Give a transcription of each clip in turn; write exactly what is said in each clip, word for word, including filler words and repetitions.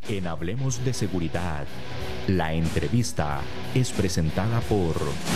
En Hablemos de Seguridad, la entrevista es presentada por...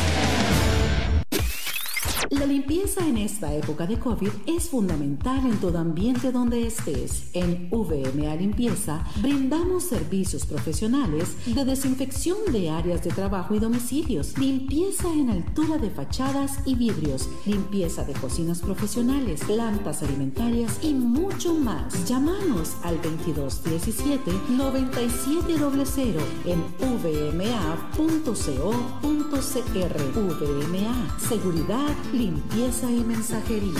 La limpieza en esta época de COVID es fundamental en todo ambiente donde estés. En V M A Limpieza brindamos servicios profesionales de desinfección de áreas de trabajo y domicilios, limpieza en altura de fachadas y vidrios, limpieza de cocinas profesionales, plantas alimentarias y mucho más. Llámanos al veintidós diecisiete noventa y siete cero cero en v m a punto co punto c r. V M A, seguridad, limpieza y mensajería.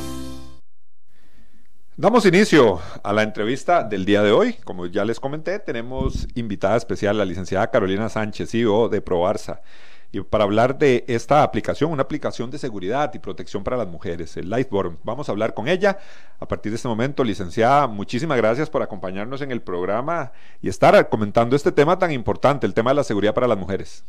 Damos inicio a la entrevista del día de hoy. Como ya les comenté, tenemos invitada especial la licenciada Carolina Sánchez, C E O de ProBarça, y para hablar de esta aplicación, una aplicación de seguridad y protección para las mujeres, el Liveborum. Vamos a hablar con ella a partir de este momento. Licenciada, muchísimas gracias por acompañarnos en el programa y estar comentando este tema tan importante, el tema de la seguridad para las mujeres.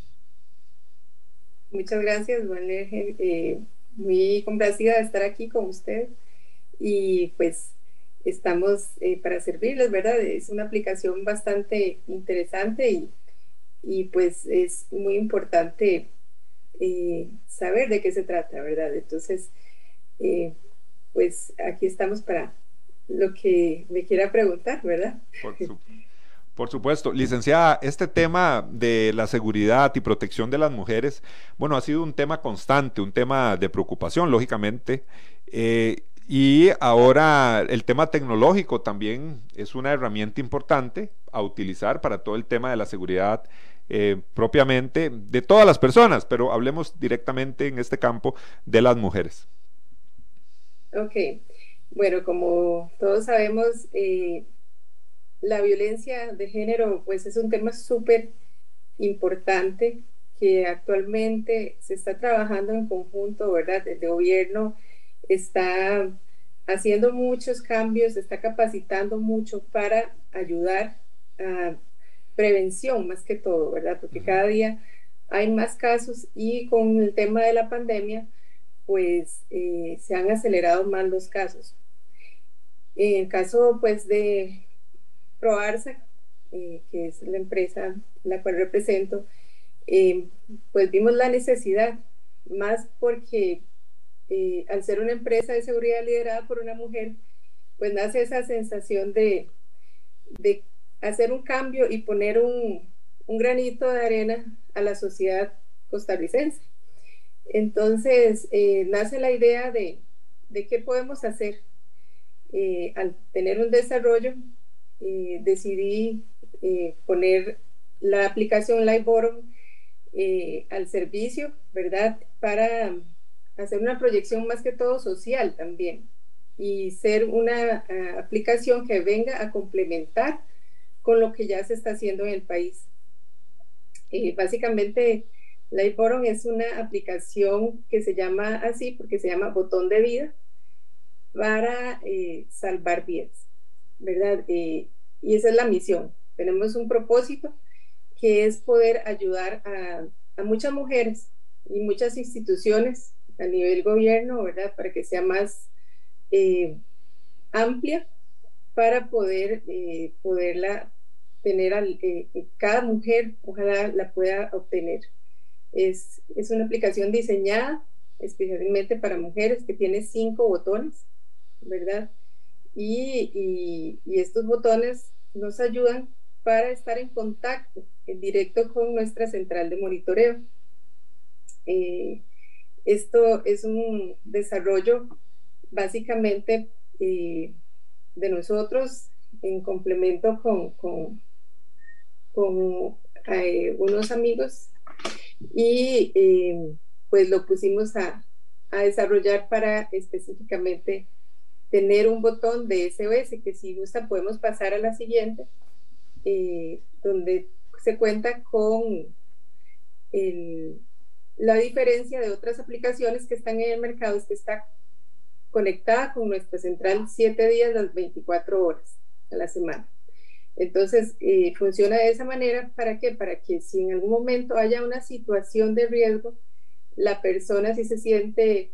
Muchas gracias, Juan. Eh, muy complacida de estar aquí con usted y pues estamos eh, para servirles, ¿verdad? Es una aplicación bastante interesante y, y pues es muy importante eh, saber de qué se trata, ¿verdad? Entonces, eh, pues aquí estamos para lo que me quiera preguntar, ¿verdad? Por supuesto. Por supuesto. Licenciada, este tema de la seguridad y protección de las mujeres, bueno, ha sido un tema constante, un tema de preocupación, lógicamente, eh, y ahora el tema tecnológico también es una herramienta importante a utilizar para todo el tema de la seguridad eh, propiamente de todas las personas, pero hablemos directamente en este campo de las mujeres. Ok, bueno, como todos sabemos, eh, la violencia de género pues es un tema súper importante que actualmente se está trabajando en conjunto, ¿verdad? El gobierno está haciendo muchos cambios, está capacitando mucho para ayudar a prevención más que todo, ¿verdad? Porque cada día hay más casos y con el tema de la pandemia pues eh, se han acelerado más los casos. En el caso pues de ProBarça, eh, que es la empresa la cual represento, eh, pues vimos la necesidad, más porque eh, al ser una empresa de seguridad liderada por una mujer, pues nace esa sensación de, de hacer un cambio y poner un, un granito de arena a la sociedad costarricense. Entonces, eh, nace la idea de, de qué podemos hacer. Eh, al tener un desarrollo, Eh, decidí eh, poner la aplicación Liveborum eh, al servicio, ¿verdad? Para hacer una proyección más que todo social también y ser una uh, aplicación que venga a complementar con lo que ya se está haciendo en el país. Eh, básicamente, Liveborum es una aplicación que se llama así porque se llama Botón de Vida para eh, salvar vidas, ¿verdad? Eh, y esa es la misión. Tenemos un propósito que es poder ayudar a, a muchas mujeres y muchas instituciones a nivel gobierno, ¿verdad? Para que sea más eh, amplia, para poder eh, poderla tener, al, eh, cada mujer, ojalá la pueda obtener. Es, es una aplicación diseñada especialmente para mujeres que tiene cinco botones, ¿verdad? Y, y, y estos botones nos ayudan para estar en contacto en directo con nuestra central de monitoreo. Eh, esto es un desarrollo básicamente eh, de nosotros en complemento con, con, con eh, unos amigos y eh, pues lo pusimos a, a desarrollar para específicamente tener un botón de S O S, que si gusta podemos pasar a la siguiente, eh, donde se cuenta con el, la diferencia de otras aplicaciones que están en el mercado, es que está conectada con nuestra central siete días las veinticuatro horas a la semana. Entonces, eh, funciona de esa manera, ¿para qué? Para que si en algún momento haya una situación de riesgo, la persona si se siente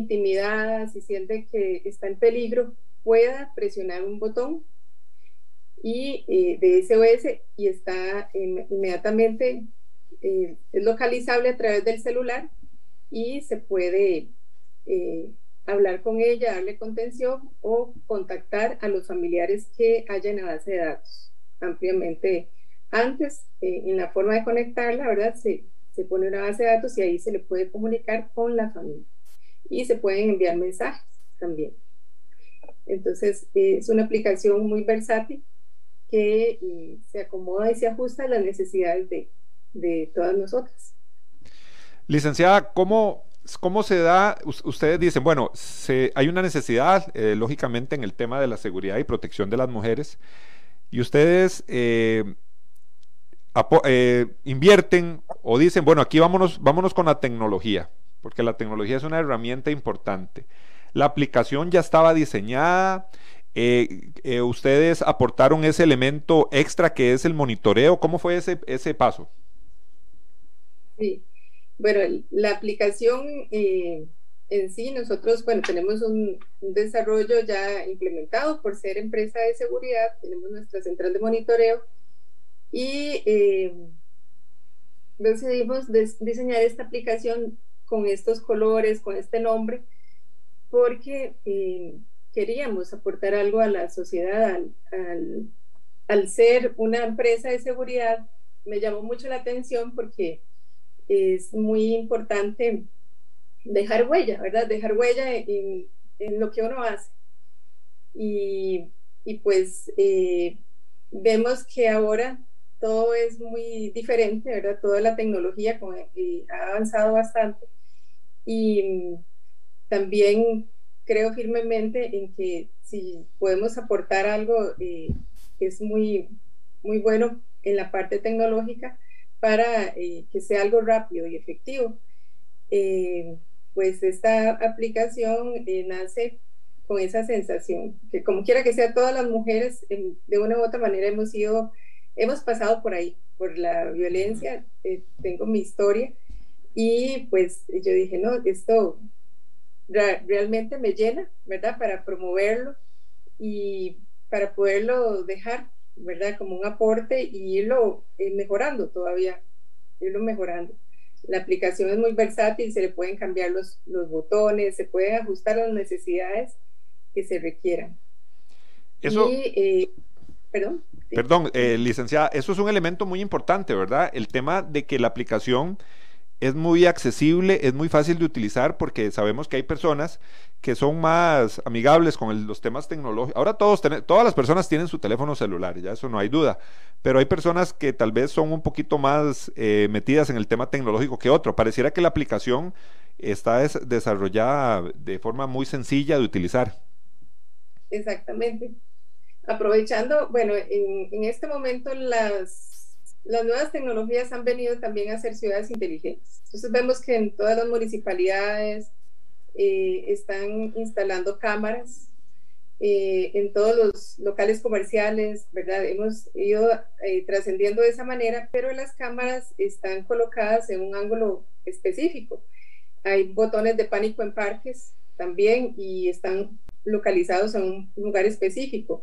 intimidada, si siente que está en peligro, pueda presionar un botón y eh, de S O S y está eh, inmediatamente eh, es localizable a través del celular y se puede eh, hablar con ella, darle contención o contactar a los familiares que haya en la base de datos ampliamente. Antes, eh, en la forma de conectarla, ¿verdad? Se, se pone una base de datos y ahí se le puede comunicar con la familia y se pueden enviar mensajes también. Entonces, eh, es una aplicación muy versátil que eh, se acomoda y se ajusta a las necesidades de, de todas nosotras. Licenciada, ¿cómo, cómo se da? Ustedes dicen, bueno, se, hay una necesidad, eh, lógicamente, en el tema de la seguridad y protección de las mujeres, y ustedes eh, apo, eh, invierten o dicen, bueno, aquí vámonos, vámonos con la tecnología, porque la tecnología es una herramienta importante. La aplicación ya estaba diseñada, eh, eh, ustedes aportaron ese elemento extra que es el monitoreo. ¿Cómo fue ese, ese paso? Sí, bueno, la aplicación eh, en sí, nosotros, bueno, tenemos un, un desarrollo ya implementado por ser empresa de seguridad, tenemos nuestra central de monitoreo y eh, decidimos diseñar esta aplicación con estos colores, con este nombre, porque eh, queríamos aportar algo a la sociedad al, al, al ser una empresa de seguridad. Me llamó mucho la atención porque es muy importante dejar huella, ¿verdad? Dejar huella en, en lo que uno hace. Y, y pues eh, vemos que ahora todo es muy diferente, ¿verdad? Toda la tecnología como, eh, ha avanzado bastante. Y también creo firmemente en que si podemos aportar algo eh, es muy, muy bueno en la parte tecnológica para eh, que sea algo rápido y efectivo. Eh, pues esta aplicación eh, nace con esa sensación, que como quiera que sea, todas las mujeres eh, de una u otra manera hemos sido, hemos pasado por ahí, por la violencia, eh, tengo mi historia, y pues yo dije, no, esto realmente me llena, ¿verdad? Para promoverlo y para poderlo dejar, ¿verdad? Como un aporte y irlo eh, mejorando todavía, irlo mejorando. La aplicación es muy versátil, se le pueden cambiar los, los botones, se pueden ajustar a las necesidades que se requieran. Eso, y, eh, perdón. Perdón, eh, licenciada, eso es un elemento muy importante, ¿verdad? El tema de que la aplicación es muy accesible, es muy fácil de utilizar porque sabemos que hay personas que son más amigables con el, los temas tecnológicos. Ahora todos ten, todas las personas tienen su teléfono celular, ya eso no hay duda, pero hay personas que tal vez son un poquito más eh, metidas en el tema tecnológico que otro. Pareciera que la aplicación está des, desarrollada de forma muy sencilla de utilizar. Exactamente. Aprovechando, bueno, en, en este momento las Las nuevas tecnologías han venido también a ser ciudades inteligentes. Entonces vemos que en todas las municipalidades eh, están instalando cámaras, eh, en todos los locales comerciales, ¿verdad? Hemos ido eh, trascendiendo de esa manera, pero las cámaras están colocadas en un ángulo específico. Hay botones de pánico en parques también y están localizados en un lugar específico.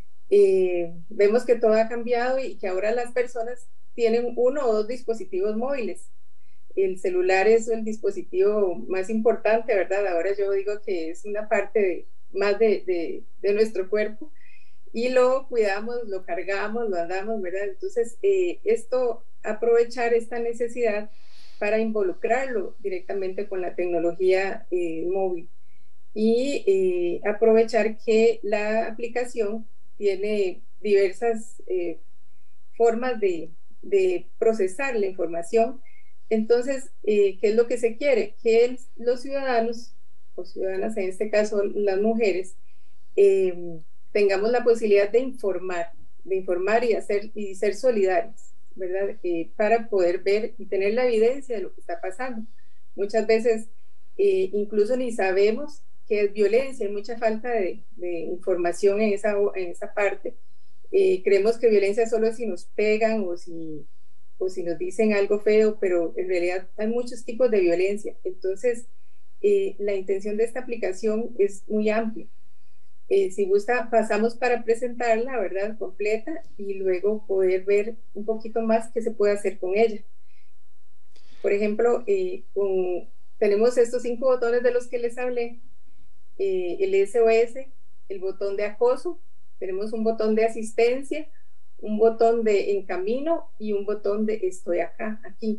Eh, vemos que todo ha cambiado y que ahora las personas tienen uno o dos dispositivos móviles. El celular es el dispositivo más importante, ¿verdad? Ahora yo digo que es una parte de, más de, de, de nuestro cuerpo y lo cuidamos, lo cargamos, lo andamos, ¿verdad? Entonces, eh, esto, aprovechar esta necesidad para involucrarlo directamente con la tecnología eh, móvil y eh, aprovechar que la aplicación tiene diversas eh, formas de, de procesar la información. Entonces, eh, ¿qué es lo que se quiere? Que el, los ciudadanos, o ciudadanas, en este caso las mujeres, eh, tengamos la posibilidad de informar, de informar y, hacer, y ser solidarias, ¿verdad? Eh, para poder ver y tener la evidencia de lo que está pasando. Muchas veces eh, incluso ni sabemos que es violencia, hay mucha falta de, de información en esa, en esa parte. Eh, creemos que violencia solo es si nos pegan o si, o si nos dicen algo feo, pero en realidad hay muchos tipos de violencia. Entonces, eh, la intención de esta aplicación es muy amplia. Eh, si gusta, pasamos para presentarla, ¿verdad? Completa y luego poder ver un poquito más qué se puede hacer con ella. Por ejemplo, eh, con, tenemos estos cinco botones de los que les hablé, eh, el S O S, el botón de acoso, tenemos un botón de asistencia, un botón de en camino y un botón de estoy acá, aquí.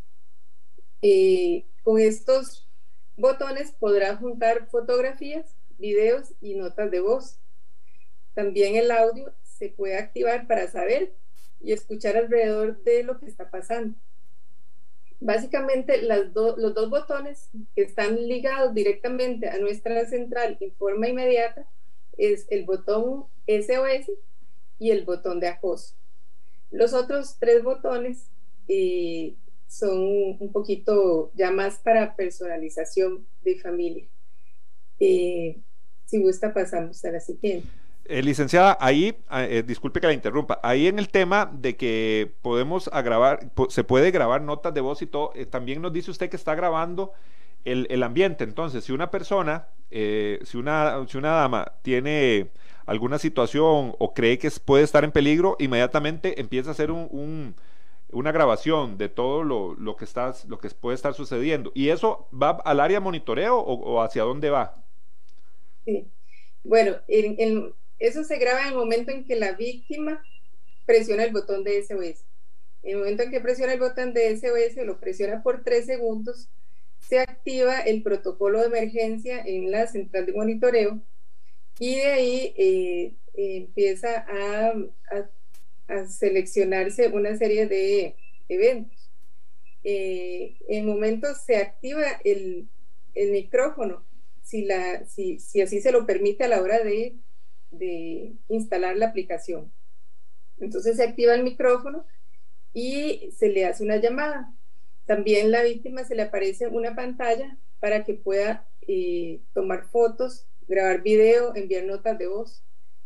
Eh, con estos botones podrá juntar fotografías, videos y notas de voz. También el audio se puede activar para saber y escuchar alrededor de lo que está pasando. Básicamente las do, los dos botones que están ligados directamente a nuestra central en forma inmediata es el botón S O S y el botón de acoso. Los otros tres botones eh, son un poquito ya más para personalización de familia. Eh, si gusta, pasamos a la siguiente. Eh, licenciada, ahí, eh, disculpe que la interrumpa, ahí en el tema de que podemos grabar, po se puede grabar notas de voz y todo, eh, también nos dice usted que está grabando el, el ambiente. Entonces, si una persona, eh, si, una, si una dama tiene alguna situación o cree que puede estar en peligro, inmediatamente empieza a hacer un, un, una grabación de todo lo, lo, que está, lo que puede estar sucediendo. ¿Y eso va al área de monitoreo o, o hacia dónde va? Sí. Bueno, en, en, eso se graba en el momento en que la víctima presiona el botón de S O S. En el momento en que presiona el botón de S O S, lo presiona por tres segundos, se activa el protocolo de emergencia en la central de monitoreo y de ahí eh, eh, empieza a, a, a seleccionarse una serie de eventos. Eh, en momentos se activa el, el micrófono, si, la, si, si así se lo permite a la hora de, de instalar la aplicación. Entonces se activa el micrófono y se le hace una llamada. También la víctima se le aparece una pantalla para que pueda eh, tomar fotos, grabar video, enviar notas de voz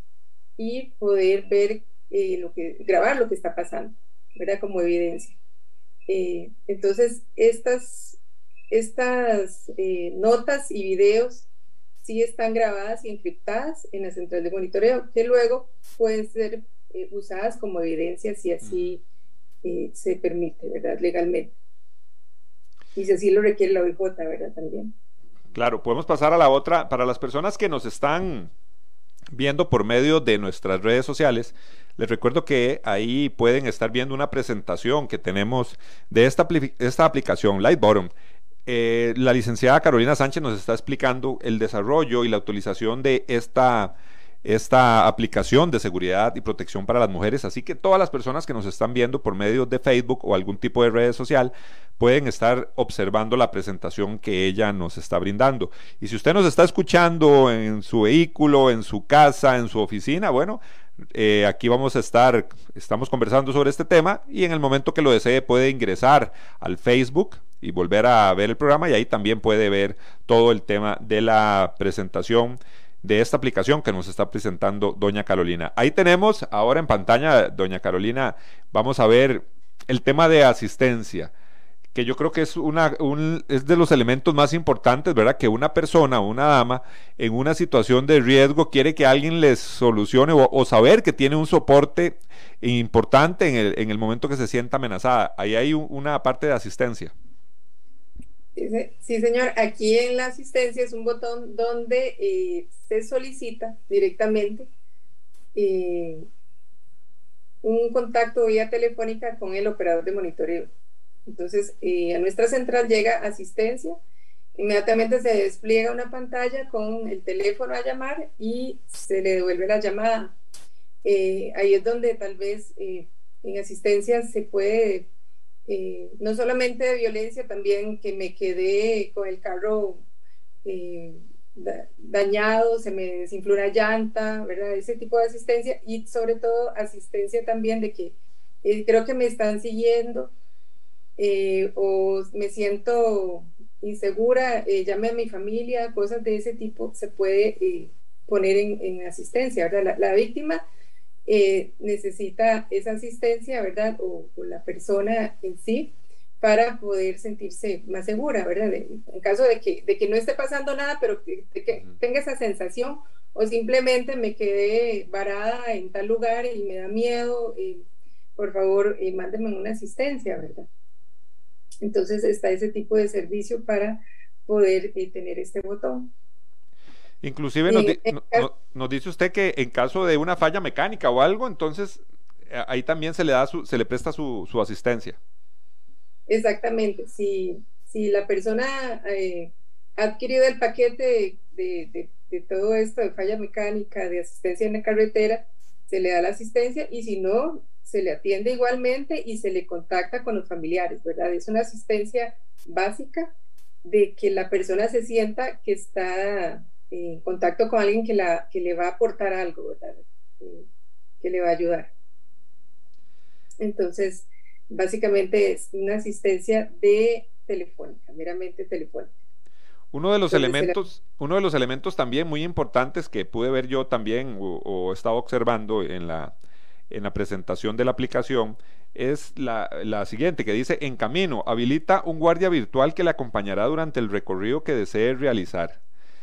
y poder ver eh, lo que, grabar lo que está pasando, ¿verdad? Como evidencia. Eh, entonces, estas, estas eh, notas y videos sí están grabadas y encriptadas en la central de monitoreo, que luego pueden ser eh, usadas como evidencia si así eh, se permite, ¿verdad? Legalmente. Y si así lo requiere la O I J, ¿verdad? También. Claro, podemos pasar a la otra. Para las personas que nos están viendo por medio de nuestras redes sociales, les recuerdo que ahí pueden estar viendo una presentación que tenemos de esta, esta aplicación Lightbottom. Eh, la licenciada Carolina Sánchez nos está explicando el desarrollo y la utilización de esta, esta aplicación de seguridad y protección para las mujeres, así que todas las personas que nos están viendo por medio de Facebook o algún tipo de red social pueden estar observando la presentación que ella nos está brindando. Y si usted nos está escuchando en su vehículo, en su casa, en su oficina, bueno, eh, aquí vamos a estar, estamos conversando sobre este tema y en el momento que lo desee puede ingresar al Facebook y volver a ver el programa y ahí también puede ver todo el tema de la presentación de esta aplicación que nos está presentando doña Carolina. Ahí tenemos ahora en pantalla, doña Carolina, vamos a ver el tema de asistencia, que yo creo que es, una, un, es de los elementos más importantes, ¿verdad? Que una persona, una dama, en una situación de riesgo quiere que alguien les solucione o, o saber que tiene un soporte importante en el, en el momento que se sienta amenazada. Ahí hay un, una parte de asistencia. Sí, señor. Aquí en la asistencia es un botón donde eh, se solicita directamente eh, un contacto vía telefónica con el operador de monitoreo. Entonces, eh, a nuestra central llega asistencia, inmediatamente se despliega una pantalla con el teléfono a llamar y se le devuelve la llamada. Eh, ahí es donde tal vez eh, en asistencia se puede... Eh, no solamente de violencia, también que me quedé con el carro eh, da, dañado, se me desinfló una llanta, ¿verdad? Ese tipo de asistencia y sobre todo asistencia también de que eh, creo que me están siguiendo eh, o me siento insegura, eh, llame a mi familia, cosas de ese tipo se puede eh, poner en, en asistencia, ¿verdad? La, la víctima Eh, necesita esa asistencia, ¿verdad? O, o la persona en sí, para poder sentirse más segura, ¿verdad? De, en caso de que, de que no esté pasando nada, pero que, de que tenga esa sensación o simplemente me quedé varada en tal lugar y me da miedo, eh, por favor, eh, mándenme una asistencia, ¿verdad? Entonces está ese tipo de servicio para poder eh, tener este botón. Inclusive nos, di, no, no, nos dice usted que en caso de una falla mecánica o algo, entonces ahí también se le da su, se le presta su, su asistencia. Exactamente, si, si la persona eh, ha adquirido el paquete de, de, de, de todo esto de falla mecánica, de asistencia en la carretera, se le da la asistencia, y si no, se le atiende igualmente y se le contacta con los familiares, ¿verdad? Es una asistencia básica de que la persona se sienta que está en contacto con alguien que, la, que le va a aportar algo, ¿verdad? Que le va a ayudar. Entonces, básicamente es una asistencia de telefónica, meramente telefónica. Uno de los Entonces, elementos, la... uno de los elementos también muy importantes que pude ver yo también o, o estaba observando en la, en la presentación de la aplicación es la, la siguiente, que dice: en camino, habilita un guardia virtual que le acompañará durante el recorrido que desee realizar.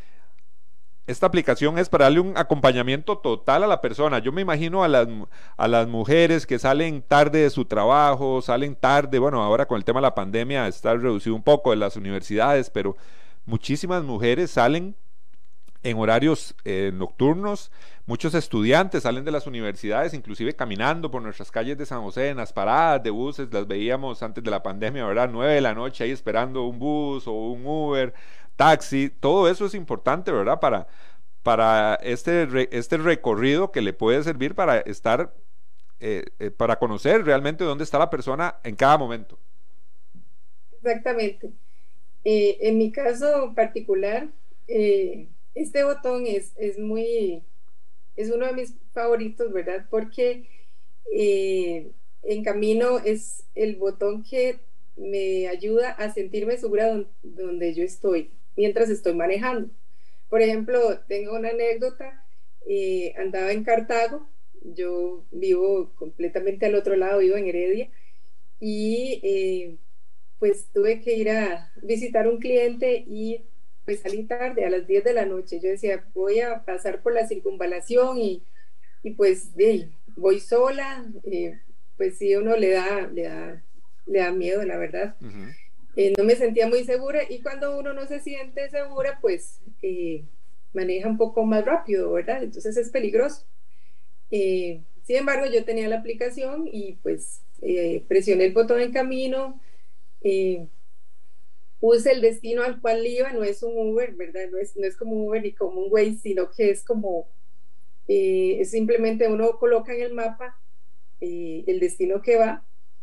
Esta aplicación es para darle un acompañamiento total a la persona. Yo me imagino a las, a las mujeres que salen tarde de su trabajo, salen tarde, bueno, ahora con el tema de la pandemia está reducido un poco en las universidades, pero muchísimas mujeres salen en horarios eh, nocturnos, muchos estudiantes salen de las universidades, inclusive caminando por nuestras calles de San José, en las paradas de buses, las veíamos antes de la pandemia, ¿verdad? nueve de la noche ahí esperando un bus o un Uber, taxi, todo eso es importante, ¿verdad? Para, para este, re, este recorrido que le puede servir para estar, eh, eh, para conocer realmente dónde está la persona en cada momento. Exactamente. Eh, en mi caso particular, eh, este botón es, es muy, es uno de mis favoritos, ¿verdad? Porque eh, en camino es el botón que me ayuda a sentirme segura donde, donde yo estoy mientras estoy manejando. Por ejemplo, tengo una anécdota, eh, andaba en Cartago, yo vivo completamente al otro lado, vivo en Heredia, y eh, pues tuve que ir a visitar un cliente y pues salí tarde, a las diez de la noche. Yo decía, voy a pasar por la circunvalación y, y pues de, voy sola, eh, pues sí, uno le da, le da, le da miedo, la verdad. Uh-huh. Eh, no me sentía muy segura, y cuando uno no se siente segura, pues eh, maneja un poco más rápido, ¿verdad? Entonces es peligroso. Eh, sin embargo, yo tenía la aplicación y pues eh, presioné el botón en camino, eh, puse el destino al cual iba, no es un Uber, ¿verdad? No es, no es como un Uber ni como un Waze, sino que es como, eh, es simplemente uno coloca en el mapa eh, el destino que va,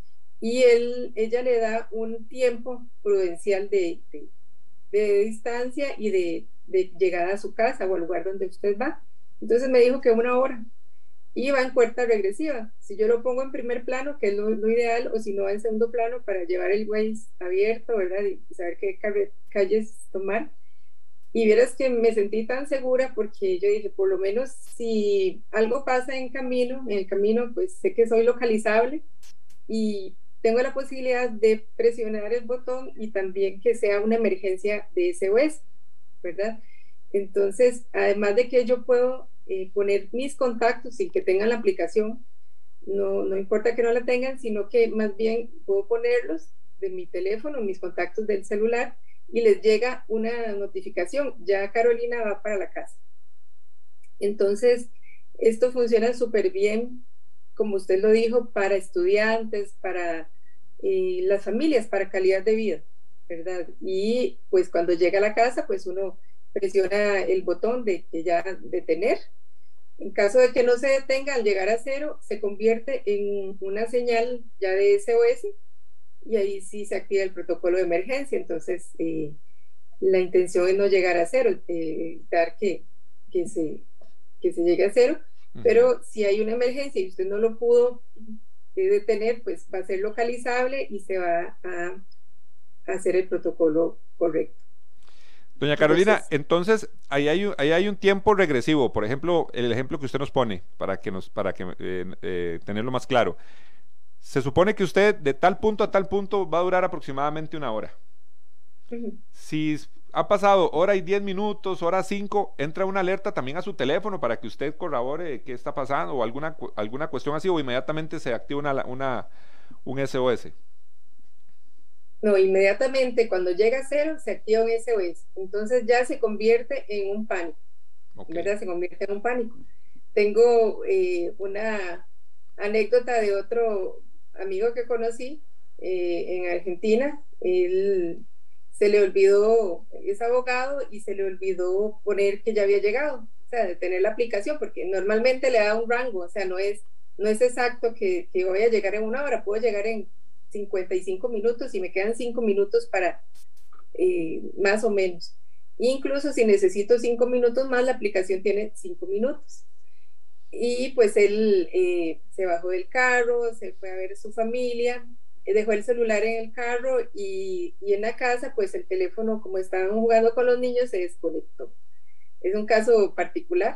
y él, ella le da un tiempo prudencial de, de, de distancia y de, de llegada a su casa o al lugar donde usted va. Entonces me dijo que una hora, y va en cuenta regresiva. Si yo lo pongo en primer plano, que es lo, lo ideal, o si no en segundo plano, para llevar el Waze abierto, ¿verdad? Y saber qué calles tomar. Y vieras que me sentí tan segura, porque yo dije, por lo menos si algo pasa en camino, en el camino, pues sé que soy localizable y tengo la posibilidad de presionar el botón, y también que sea una emergencia de S O S, ¿verdad? Entonces, además de que yo puedo eh, poner mis contactos sin que tengan la aplicación, no, no importa que no la tengan, sino que más bien puedo ponerlos de mi teléfono, mis contactos del celular, y les llega una notificación, ya Carolina va para la casa. Entonces, esto funciona súper bien, como usted lo dijo, para estudiantes, para eh, las familias, para calidad de vida, ¿verdad? Y pues cuando llega a la casa, pues uno presiona el botón de, de ya detener. En caso de que no se detenga, al llegar a cero, se convierte en una señal ya de S O S, y ahí sí se activa el protocolo de emergencia. Entonces, eh, la intención es no llegar a cero, eh, evitar que, que, se, que se llegue a cero, uh-huh. Pero si hay una emergencia y usted no lo pudo eh, detener, pues va a ser localizable y se va a, a hacer el protocolo correcto. Doña Carolina, entonces, entonces ahí, hay un, ahí hay un tiempo regresivo. Por ejemplo, el ejemplo que usted nos pone, para que nos, para que eh, eh, tenerlo más claro. Se supone que usted de tal punto a tal punto va a durar aproximadamente una hora. Uh-huh. Si ha pasado hora y diez minutos, hora cinco, entra una alerta también a su teléfono para que usted corrobore qué está pasando o alguna, alguna cuestión así, o inmediatamente se activa una, una, un S O S. No, inmediatamente cuando llega a cero se activa un S O S, entonces ya se convierte en un pánico, okay. ¿Verdad? Se convierte en un pánico. Tengo eh, una anécdota de otro amigo que conocí eh, en Argentina. Él se le olvidó, es abogado, y se le olvidó poner que ya había llegado, o sea, de tener la aplicación, porque normalmente le da un rango, o sea, no es, no es exacto que, que voy a llegar en una hora, puedo llegar en cincuenta y cinco minutos y me quedan cinco minutos para eh, más o menos. Incluso si necesito cinco minutos más, la aplicación tiene cinco minutos. Y pues él eh, se bajó del carro, se fue a ver a su familia, dejó el celular en el carro y, y en la casa, pues el teléfono, como estaban jugando con los niños, se desconectó. Es un caso particular.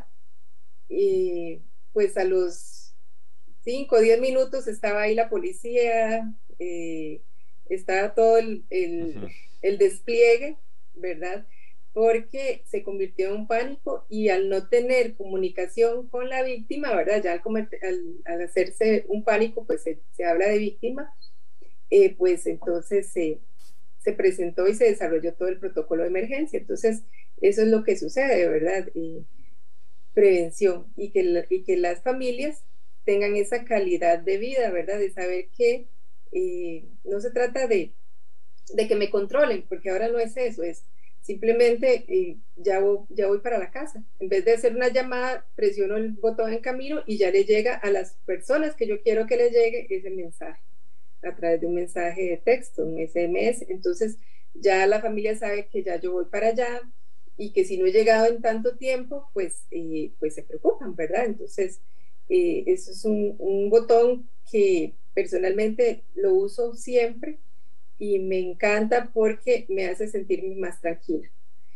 Y pues a los cinco o diez minutos estaba ahí la policía, eh, estaba todo el, el, uh-huh. el despliegue, ¿verdad? Porque se convirtió en un pánico y al no tener comunicación con la víctima, ¿verdad? Ya al, al, al hacerse un pánico, pues se, se habla de víctima, eh, pues entonces se, se presentó y se desarrolló todo el protocolo de emergencia. Entonces, eso es lo que sucede, ¿verdad? Eh, prevención y que, la, y que las familias tengan esa calidad de vida, ¿verdad? De saber que eh, no se trata de, de que me controlen, porque ahora no es eso, es simplemente eh, ya, voy, ya voy para la casa. En vez de hacer una llamada, presiono el botón en camino y ya le llega a las personas que yo quiero que le llegue ese mensaje, a través de un mensaje de texto, un S M S. Entonces ya la familia sabe que ya yo voy para allá y que si no he llegado en tanto tiempo, pues, eh, pues se preocupan, ¿verdad? Entonces, eh, eso es un, un botón que personalmente lo uso siempre y me encanta porque me hace sentirme más tranquila.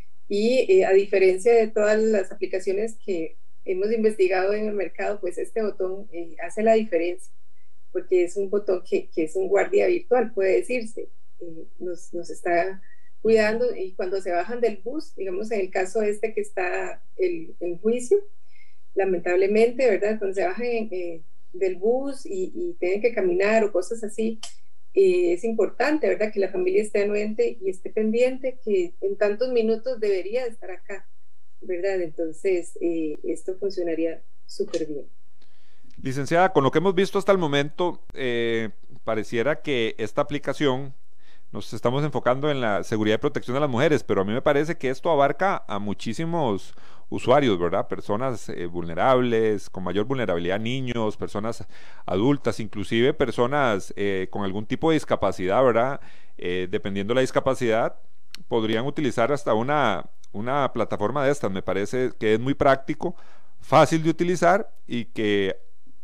Y eh, a diferencia de todas las aplicaciones que hemos investigado en el mercado, pues este botón eh, hace la diferencia, porque es un botón que, que es un guardia virtual, puede decirse, eh, nos, nos está cuidando, y cuando se bajan del bus, digamos en el caso este que está el, en juicio, lamentablemente, ¿verdad? Cuando se bajan eh, del bus y, y tienen que caminar o cosas así, eh, es importante, ¿verdad? Que la familia esté anuente y esté pendiente, que en tantos minutos debería estar acá, ¿verdad? Entonces, eh, esto funcionaría súper bien. Licenciada, con lo que hemos visto hasta el momento, eh, pareciera que esta aplicación, nos estamos enfocando en la seguridad y protección de las mujeres, pero a mí me parece que esto abarca a muchísimos usuarios, ¿verdad? Personas eh, vulnerables, con mayor vulnerabilidad, niños, personas adultas, inclusive personas eh, con algún tipo de discapacidad, ¿verdad? Eh, dependiendo de la discapacidad, podrían utilizar hasta una, una plataforma de estas. Me parece que es muy práctico, fácil de utilizar y que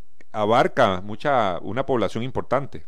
abarca mucha, una población importante.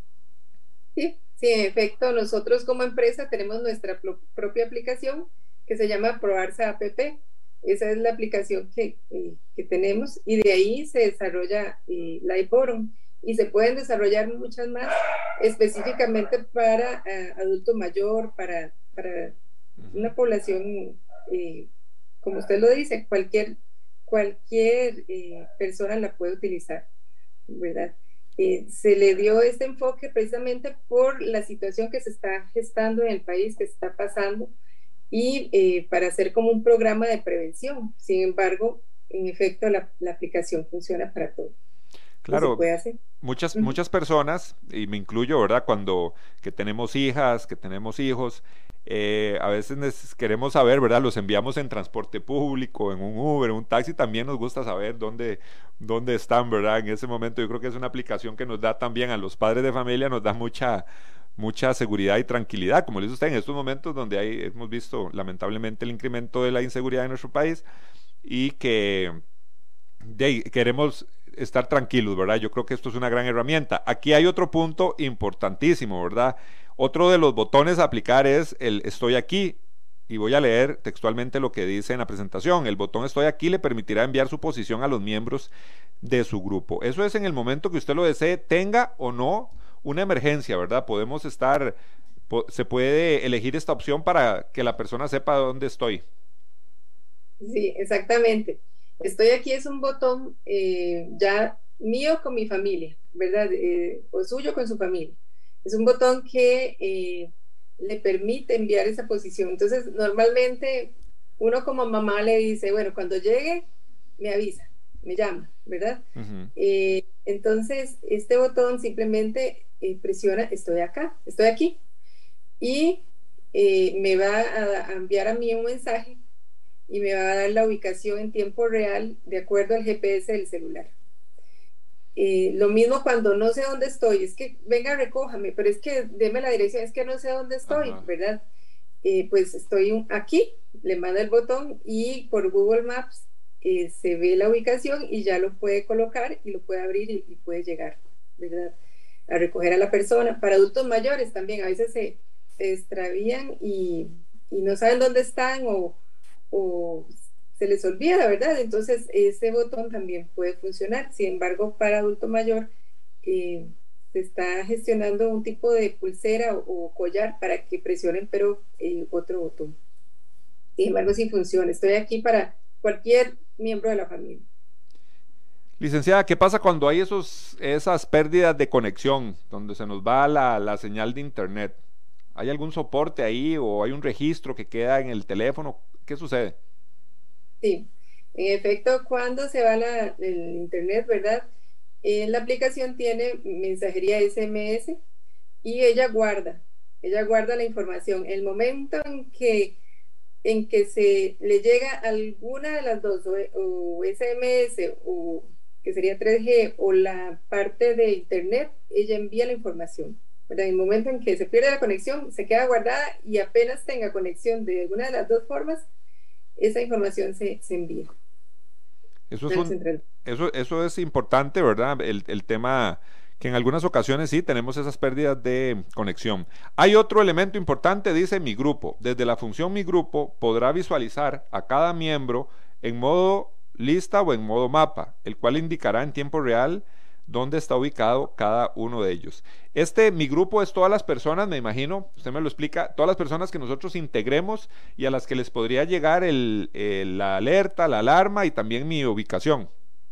Sí. Sí, en efecto, nosotros como empresa tenemos nuestra propia aplicación que se llama ProArsa App. Esa es la aplicación que, eh, que tenemos, y de ahí se desarrolla eh, LiveForum, y se pueden desarrollar muchas más específicamente para uh, adulto mayor, para, para una población, eh, como usted lo dice, cualquier, cualquier eh, persona la puede utilizar, ¿verdad? Eh, se le dio este enfoque precisamente por la situación que se está gestando en el país, que se está pasando, y eh, para hacer como un programa de prevención. Sin embargo, en efecto, la, la aplicación funciona para todo. Claro, se puede hacer. Muchas, uh-huh. muchas personas, y me incluyo, ¿verdad? Cuando que tenemos hijas, que tenemos hijos, eh, a veces queremos saber, ¿verdad? Los enviamos en transporte público, en un Uber, en un taxi, también nos gusta saber dónde, dónde están, ¿verdad? En ese momento yo creo que es una aplicación que nos da también a los padres de familia, nos da mucha, mucha seguridad y tranquilidad, como le dice usted, en estos momentos donde hay, hemos visto lamentablemente el incremento de la inseguridad en nuestro país, y que de, queremos estar tranquilos, ¿verdad? Yo creo que esto es una gran herramienta. Aquí hay otro punto importantísimo, ¿verdad? Otro de los botones a aplicar es el estoy aquí, y voy a leer textualmente lo que dice en la presentación. El botón estoy aquí le permitirá enviar su posición a los miembros de su grupo. Eso es en el momento que usted lo desee, tenga o no una emergencia, ¿verdad? Podemos estar se puede elegir esta opción para que la persona sepa dónde estoy. Sí, exactamente. Estoy aquí es un botón eh, ya mío con mi familia, ¿verdad? Eh, o suyo con su familia. Es un botón que eh, le permite enviar esa posición. Entonces, normalmente uno como mamá le dice, bueno, cuando llegue, me avisa, me llama, ¿verdad? Uh-huh. Eh, entonces, este botón simplemente eh, presiona, estoy acá, estoy aquí. Y eh, me va a, a enviar a mí un mensaje y me va a dar la ubicación en tiempo real de acuerdo al G P S del celular. Eh, lo mismo cuando no sé dónde estoy, es que venga, recójame, pero es que deme la dirección, es que no sé dónde estoy, uh-huh. ¿verdad? Eh, pues estoy aquí, le manda el botón y por Google Maps eh, se ve la ubicación y ya lo puede colocar y lo puede abrir y, y puede llegar, ¿verdad? A recoger a la persona. Para adultos mayores también, a veces se, se extravían y, y no saben dónde están o, o se les olvida, ¿verdad? Entonces ese botón también puede funcionar. Sin embargo, para adulto mayor eh, se está gestionando un tipo de pulsera o, o collar para que presionen, pero eh, otro botón. Sin embargo, sí funciona. Estoy aquí para cualquier miembro de la familia. Licenciada, ¿qué pasa cuando hay esos, esas pérdidas de conexión, donde se nos va la, la señal de internet? ¿Hay algún soporte ahí o hay un registro que queda en el teléfono? ¿Qué sucede? Sí, en efecto, cuando se va la, el internet, ¿verdad? Eh, la aplicación tiene mensajería S M S y ella guarda, ella guarda la información. El momento en que, en que se le llega alguna de las dos, o, o S M S, o que sería tres G, o la parte de internet, ella envía la información. ¿Verdad? En el momento en que se pierde la conexión, se queda guardada y apenas tenga conexión de alguna de las dos formas, esa información se, se envía. Eso es, un, eso, eso es importante, ¿verdad? El, el tema que en algunas ocasiones sí tenemos esas pérdidas de conexión. Hay otro elemento importante, dice mi grupo. Desde la función mi grupo podrá visualizar a cada miembro en modo lista o en modo mapa, el cual indicará en tiempo real dónde está ubicado cada uno de ellos. Este, mi grupo es todas las personas, me imagino, usted me lo explica, todas las personas que nosotros integremos y a las que les podría llegar el, el, la alerta, la alarma y también mi ubicación.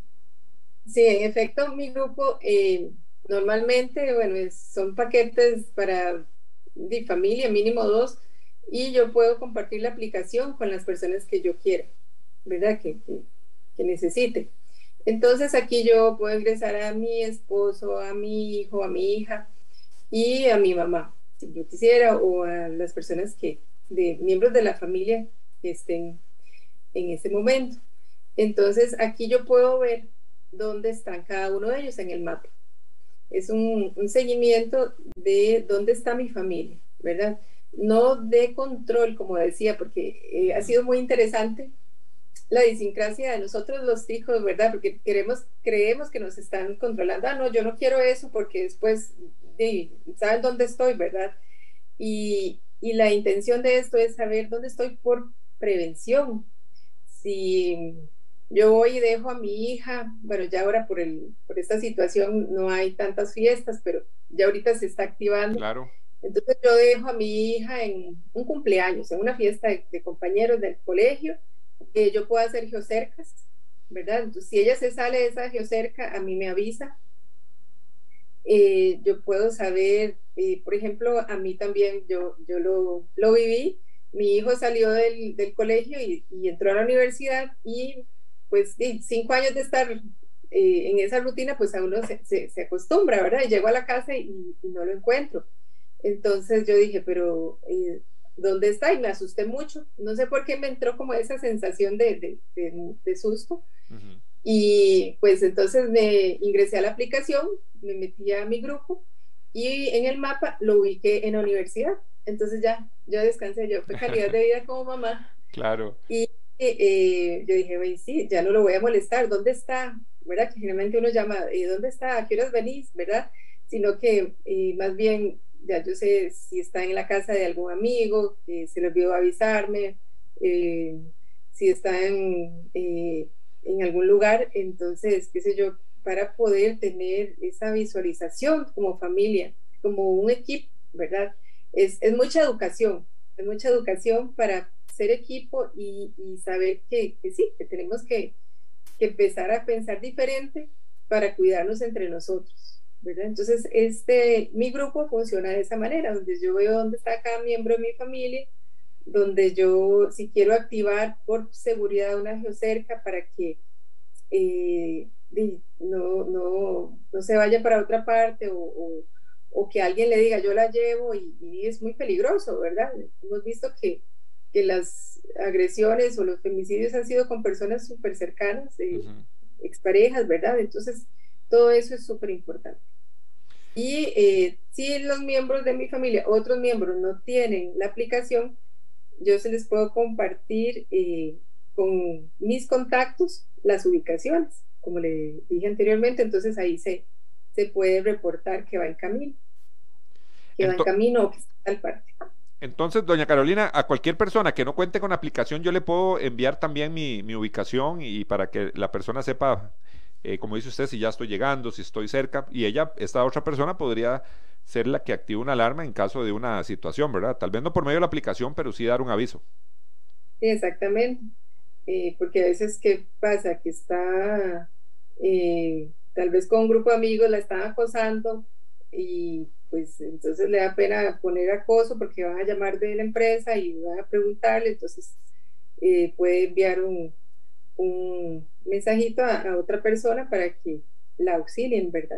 Sí, en efecto, mi grupo eh, normalmente, bueno, es, son paquetes para de familia, mínimo dos, y yo puedo compartir la aplicación con las personas que yo quiera, ¿verdad? Que, que, que necesite. Entonces aquí yo puedo ingresar a mi esposo, a mi hijo, a mi hija y a mi mamá, si yo quisiera, o a las personas que, de miembros de la familia que estén en ese momento. Entonces aquí yo puedo ver dónde están cada uno de ellos en el mapa. Es un, un seguimiento de dónde está mi familia, ¿verdad? No de control, como decía, porque eh, ha sido muy interesante la idiosincrasia de nosotros los hijos, ¿verdad? Porque queremos, creemos que nos están controlando. Ah, no, yo no quiero eso porque después de, saben dónde estoy, ¿verdad? Y, y la intención de esto es saber dónde estoy por prevención. Si yo voy y dejo a mi hija, bueno, ya ahora por, el, por esta situación no hay tantas fiestas, pero ya ahorita se está activando. Claro. Entonces yo dejo a mi hija en un cumpleaños, en una fiesta de, de compañeros del colegio. Eh, yo puedo hacer geocercas, ¿verdad? Entonces, si ella se sale de esa geocerca, a mí me avisa. Eh, yo puedo saber, eh, por ejemplo, a mí también, yo, yo lo, lo viví. Mi hijo salió del, del colegio y, y entró a la universidad y pues sí, cinco años de estar eh, en esa rutina, pues a uno se, se, se acostumbra, ¿verdad? Y llego a la casa y, y no lo encuentro. Entonces yo dije, pero... Eh, ¿dónde está? Y me asusté mucho, no sé por qué me entró como esa sensación de, de, de, de susto. Uh-huh. Y pues entonces me ingresé a la aplicación, me metí a mi grupo y en el mapa lo ubiqué en la universidad. Entonces ya, yo descansé, yo fue calidad de vida como mamá. Claro. Y eh, yo dije, oye, sí, ya no lo voy a molestar, ¿dónde está? ¿Verdad? Que generalmente uno llama, eh, ¿dónde está? ¿A qué horas venís? ¿Verdad? Sino que eh, más bien ya yo sé si está en la casa de algún amigo, eh, se le olvidó avisarme, eh, si está en, eh, en algún lugar, entonces, qué sé yo, para poder tener esa visualización como familia, como un equipo, ¿verdad? es, es mucha educación, es mucha educación para ser equipo y, y saber que, que sí, que tenemos que, que empezar a pensar diferente para cuidarnos entre nosotros, ¿verdad? Entonces, este, mi grupo funciona de esa manera, donde yo veo dónde está cada miembro de mi familia, donde yo, si quiero activar por seguridad una geocerca para que eh, no, no, no se vaya para otra parte o, o, o que alguien le diga yo la llevo y, y es muy peligroso, ¿verdad? Hemos visto que, que las agresiones o los femicidios han sido con personas súper cercanas, eh, uh-huh. exparejas, ¿verdad? Entonces todo eso es súper importante. Y eh, si los miembros de mi familia, otros miembros no tienen la aplicación, yo se les puedo compartir eh, con mis contactos las ubicaciones, como le dije anteriormente, entonces ahí se, se puede reportar que va en camino, que Ento- va en camino o que está en tal parte. Entonces, doña Carolina, a cualquier persona que no cuente con aplicación, yo le puedo enviar también mi, mi ubicación y para que la persona sepa, eh, como dice usted, si ya estoy llegando, si estoy cerca, y ella, esta otra persona podría ser la que active una alarma en caso de una situación, ¿verdad? Tal vez no por medio de la aplicación, pero sí dar un aviso. Sí, exactamente, eh, porque a veces, ¿qué pasa? Que está, eh, tal vez con un grupo de amigos la están acosando y pues entonces le da pena poner acoso porque van a llamar de la empresa y van a preguntarle, entonces eh, puede enviar un, un mensajito a, a otra persona para que la auxilien, ¿verdad?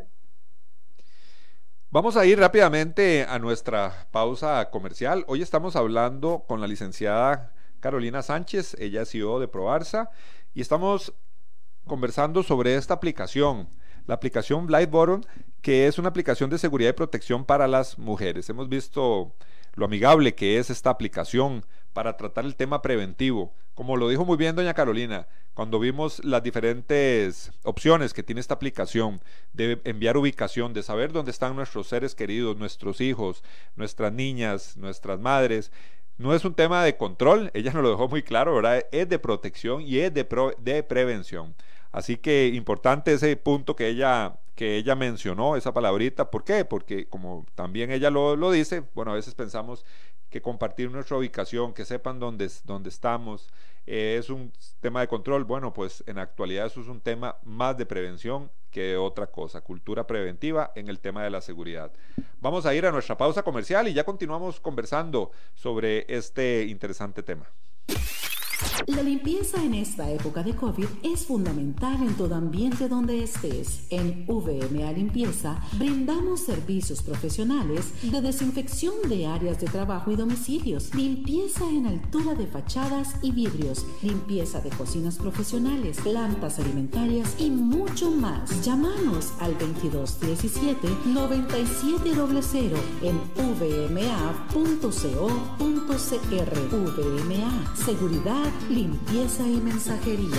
Vamos a ir rápidamente a nuestra pausa comercial. Hoy estamos hablando con la licenciada Carolina Sánchez, ella es C E O de Probarsa, y estamos conversando sobre esta aplicación, la aplicación Light Button, que es una aplicación de seguridad y protección para las mujeres. Hemos visto lo amigable que es esta aplicación para tratar el tema preventivo. Como lo dijo muy bien doña Carolina, cuando vimos las diferentes opciones que tiene esta aplicación de enviar ubicación, de saber dónde están nuestros seres queridos, nuestros hijos, nuestras niñas, nuestras madres, no es un tema de control, ella nos lo dejó muy claro, ¿verdad? Es de protección y es de, pro, de prevención. Así que importante ese punto que ella, que ella mencionó, esa palabrita. ¿Por qué? Porque como también ella lo, lo dice, bueno, a veces pensamos que compartir nuestra ubicación, que sepan dónde, dónde estamos, eh, es un tema de control. Bueno, pues en la actualidad eso es un tema más de prevención que de otra cosa, cultura preventiva en el tema de la seguridad. Vamos a ir a nuestra pausa comercial y ya continuamos conversando sobre este interesante tema. La limpieza en esta época de COVID es fundamental en todo ambiente donde estés. En V M A Limpieza brindamos servicios profesionales de desinfección de áreas de trabajo y domicilios, limpieza en altura de fachadas y vidrios, limpieza de cocinas profesionales, plantas alimentarias y mucho más. Llámanos al veintidós diecisiete noventa y siete cero cero en v m a punto co punto c r. V M A, seguridad, limpieza y mensajería.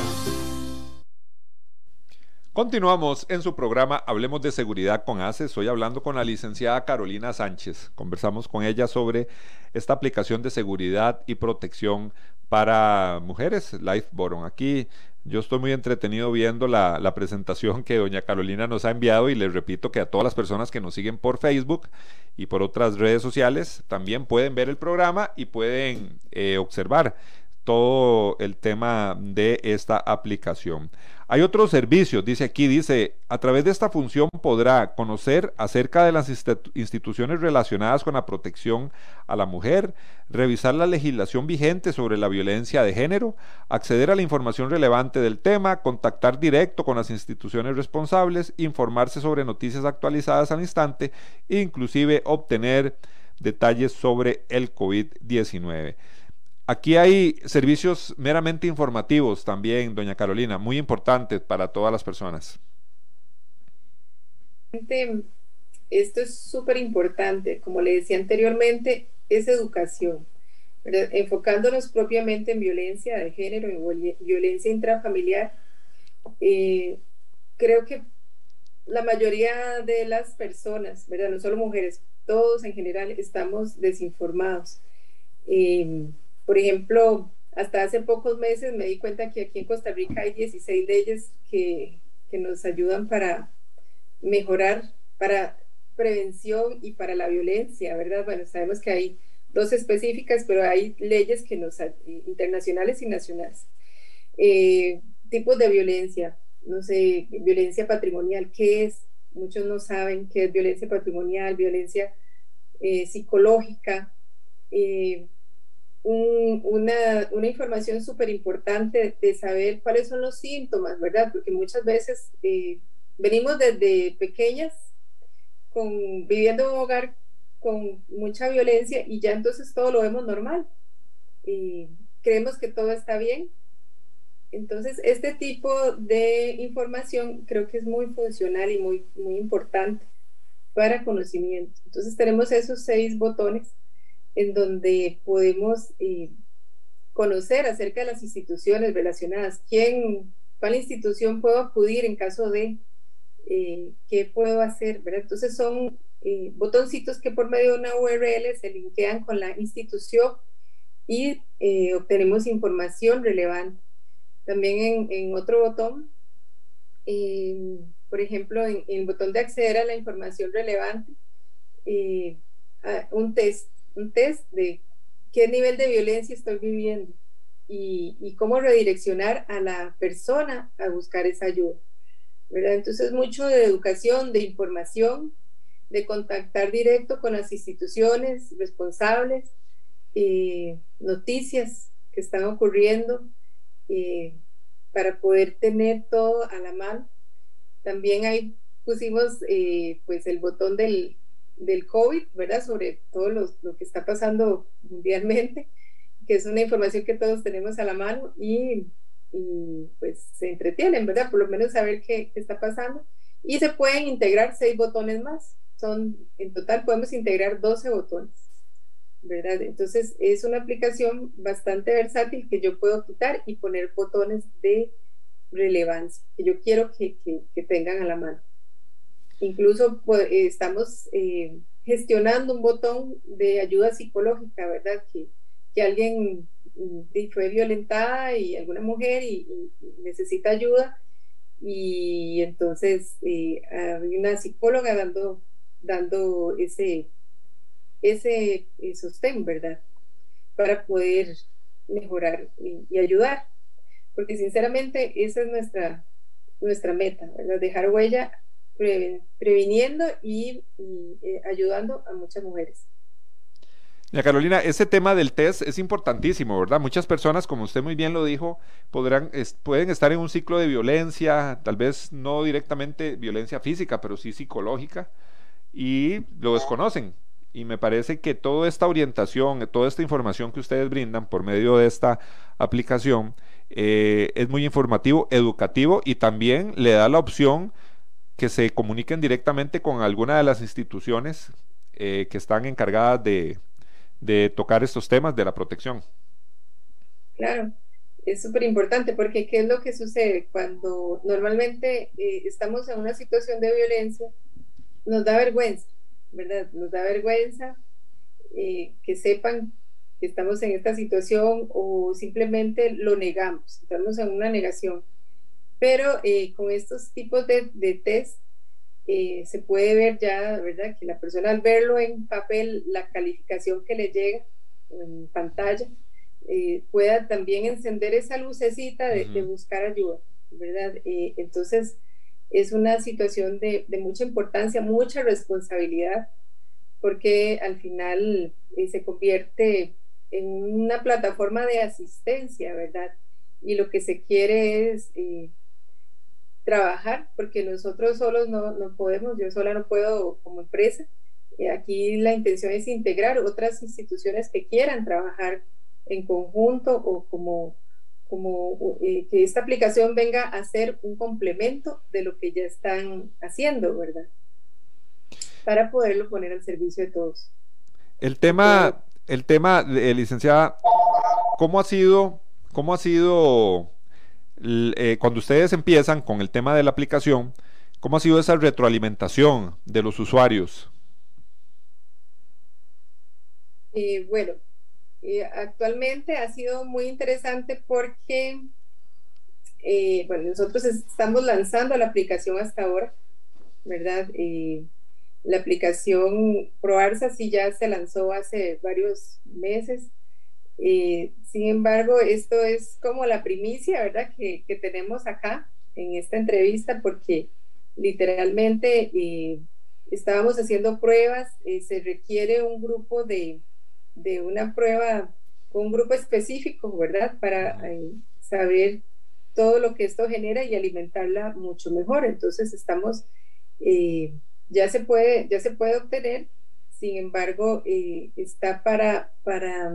Continuamos en su programa Hablemos de Seguridad con A C E. Estoy hablando con la licenciada Carolina Sánchez. Conversamos con ella sobre esta aplicación de seguridad y protección para mujeres, Light Button. Aquí yo estoy muy entretenido viendo la, la presentación que doña Carolina nos ha enviado y les repito que a todas las personas que nos siguen por Facebook y por otras redes sociales también pueden ver el programa y pueden eh, observar todo el tema de esta aplicación. Hay otros servicios, dice aquí, dice, a través de esta función podrá conocer acerca de las instituciones relacionadas con la protección a la mujer, revisar la legislación vigente sobre la violencia de género, acceder a la información relevante del tema, contactar directo con las instituciones responsables, informarse sobre noticias actualizadas al instante e inclusive obtener detalles sobre el COVID diecinueve. Aquí hay servicios meramente informativos también, doña Carolina, muy importantes para todas las personas. Esto es súper importante, como le decía anteriormente, es educación, ¿verdad? Enfocándonos propiamente en violencia de género, en violencia intrafamiliar. Eh, creo que la mayoría de las personas, ¿verdad? No solo mujeres, todos en general estamos desinformados. Eh, Por ejemplo, hasta hace pocos meses me di cuenta que aquí en Costa Rica hay dieciséis leyes que, que nos ayudan para mejorar, para prevención y para la violencia, ¿verdad? Bueno, sabemos que hay dos específicas, pero hay leyes que nos, internacionales y nacionales. Eh, tipos de violencia, no sé, violencia patrimonial, ¿qué es? Muchos no saben qué es violencia patrimonial, violencia eh, psicológica, eh, un, una, una información súper importante de saber cuáles son los síntomas, ¿verdad? Porque muchas veces eh, venimos desde pequeñas con, viviendo en un hogar con mucha violencia y ya entonces todo lo vemos normal y creemos que todo está bien. Entonces este tipo de información creo que es muy funcional y muy, muy importante para conocimiento. Entonces tenemos esos seis botones en donde podemos eh, conocer acerca de las instituciones relacionadas, quién, cuál institución puedo acudir en caso de, eh, qué puedo hacer, ¿verdad? Entonces son eh, botoncitos que por medio de una U R L se linkean con la institución y eh, obtenemos información relevante. También en, en otro botón, eh, por ejemplo, en, en el botón de acceder a la información relevante, eh, un test, un test de qué nivel de violencia estoy viviendo y, y cómo redireccionar a la persona a buscar esa ayuda, ¿verdad? Entonces mucho de educación, de información, de contactar directo con las instituciones responsables, eh, noticias que están ocurriendo, eh, para poder tener todo a la mano. También ahí pusimos eh, pues el botón del, del COVID, ¿verdad? Sobre todo lo, lo que está pasando mundialmente, que es una información que todos tenemos a la mano y, y pues se entretienen, ¿verdad? Por lo menos saber qué, qué está pasando. Y se pueden integrar seis botones más. Son, en total podemos integrar doce botones, ¿verdad? Entonces es una aplicación bastante versátil que yo puedo quitar y poner botones de relevancia que yo quiero que, que, que tengan a la mano. Incluso pues, estamos eh, gestionando un botón de ayuda psicológica, ¿verdad? Que, que alguien y fue violentada y alguna mujer y, y necesita ayuda y entonces eh, hay una psicóloga dando, dando ese ese sostén, ¿verdad? Para poder mejorar y, y ayudar. Porque sinceramente esa es nuestra, nuestra meta, ¿verdad? Dejar huella pre, previniendo y, y eh, ayudando a muchas mujeres. Doña Carolina, ese tema del test es importantísimo, ¿verdad? Muchas personas, como usted muy bien lo dijo, podrán, es, pueden estar en un ciclo de violencia, tal vez no directamente violencia física, pero sí psicológica, y lo desconocen. Y me parece que toda esta orientación, toda esta información que ustedes brindan por medio de esta aplicación eh, es muy informativo, educativo y también le da la opción que se comuniquen directamente con alguna de las instituciones eh, que están encargadas de, de tocar estos temas de la protección. Claro, es súper importante porque ¿qué es lo que sucede? Cuando normalmente eh, estamos en una situación de violencia, nos da vergüenza, ¿verdad? Nos da vergüenza eh, que sepan que estamos en esta situación o simplemente lo negamos, estamos en una negación. Pero eh, con estos tipos de, de test eh, se puede ver ya, ¿verdad? Que la persona al verlo en papel, la calificación que le llega en pantalla, eh, pueda también encender esa lucecita de, uh-huh. de buscar ayuda, ¿verdad? Eh, entonces es una situación de, de mucha importancia, mucha responsabilidad, porque al final eh, se convierte en una plataforma de asistencia, ¿verdad? Y lo que se quiere es eh, trabajar, porque nosotros solos no, no podemos, yo sola no puedo como empresa. Eh, aquí la intención es integrar otras instituciones que quieran trabajar en conjunto o como como eh, que esta aplicación venga a ser un complemento de lo que ya están haciendo, ¿verdad? Para poderlo poner al servicio de todos. El tema, el tema, de, licenciada, ¿cómo ha sido, cómo ha sido eh, cuando ustedes empiezan con el tema de la aplicación, cómo ha sido esa retroalimentación de los usuarios? Eh, bueno, Eh, actualmente ha sido muy interesante porque eh, bueno, nosotros estamos lanzando la aplicación hasta ahora, ¿verdad? Eh, La aplicación ProArsa sí ya se lanzó hace varios meses. Eh, sin embargo, esto es como la primicia, ¿verdad?, que, que tenemos acá en esta entrevista, porque literalmente eh, estábamos haciendo pruebas, eh, se requiere un grupo de, de una prueba, un grupo específico, ¿verdad?, para eh, saber todo lo que esto genera y alimentarla mucho mejor. Entonces estamos, eh, ya, se puede, ya se puede obtener, sin embargo, eh, está para... para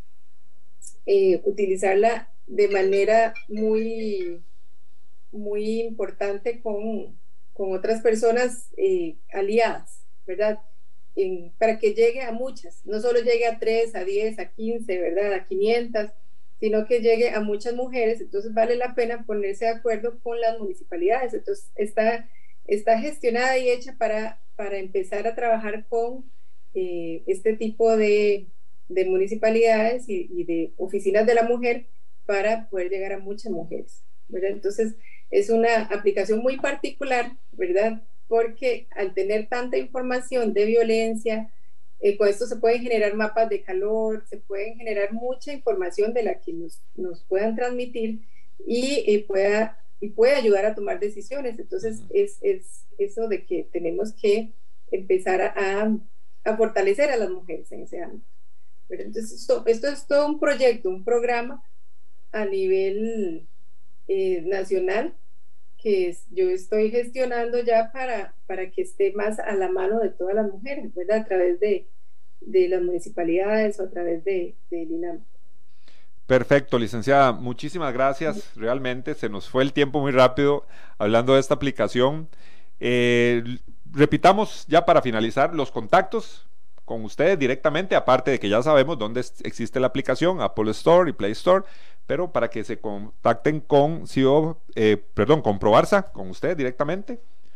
Eh, utilizarla de manera muy, muy importante con, con otras personas eh, aliadas, ¿verdad? En, para que llegue a muchas, no solo llegue a tres, a diez, a quince, ¿verdad? A quinientas, sino que llegue a muchas mujeres. Entonces vale la pena ponerse de acuerdo con las municipalidades. Entonces está, está gestionada y hecha para, para empezar a trabajar con eh, este tipo de de municipalidades y, y de oficinas de la mujer para poder llegar a muchas mujeres, ¿verdad? Entonces es una aplicación muy particular, ¿verdad? Porque al tener tanta información de violencia, eh, con esto se pueden generar mapas de calor, se pueden generar mucha información de la que nos, nos puedan transmitir y, y, pueda, y puede ayudar a tomar decisiones. Entonces uh-huh. es, es eso de que tenemos que empezar a, a, a fortalecer a las mujeres en ese ámbito. Pero entonces esto, esto es todo un proyecto, un programa a nivel eh, nacional que es, yo estoy gestionando ya para, para que esté más a la mano de todas las mujeres, ¿verdad? A través de, de las municipalidades o a través de, de INAM. Perfecto, licenciada, muchísimas gracias. Realmente se nos fue el tiempo muy rápido hablando de esta aplicación. Eh, repitamos ya para finalizar los contactos con ustedes directamente, aparte de que ya sabemos dónde existe la aplicación, Apple Store y Play Store, pero para que se contacten con C I O, eh, perdón, con ProArsa, con ustedes directamente.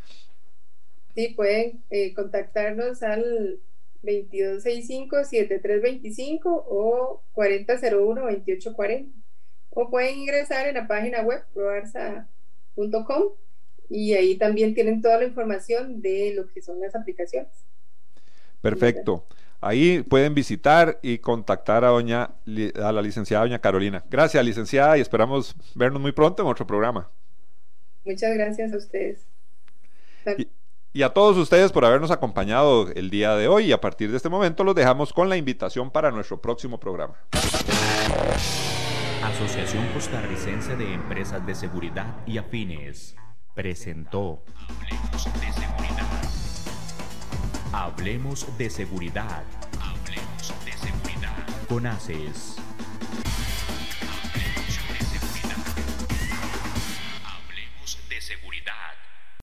Sí, pueden eh, contactarnos al veintidós sesenta y cinco, setenta y tres veinticinco o cuarenta cero uno, veintiocho cuarenta, o pueden ingresar en la página web proarsa punto com y ahí también tienen toda la información de lo que son las aplicaciones. Perfecto. Ahí pueden visitar y contactar a doña a la licenciada doña Carolina. Gracias, licenciada, y esperamos vernos muy pronto en otro programa. Muchas gracias a ustedes. Y, y a todos ustedes por habernos acompañado el día de hoy, y a partir de este momento los dejamos con la invitación para nuestro próximo programa. Asociación Costarricense de Empresas de Seguridad y Afines presentó Hablemos de Seguridad. Hablemos de Seguridad. Hablemos de Seguridad. Con A C E S.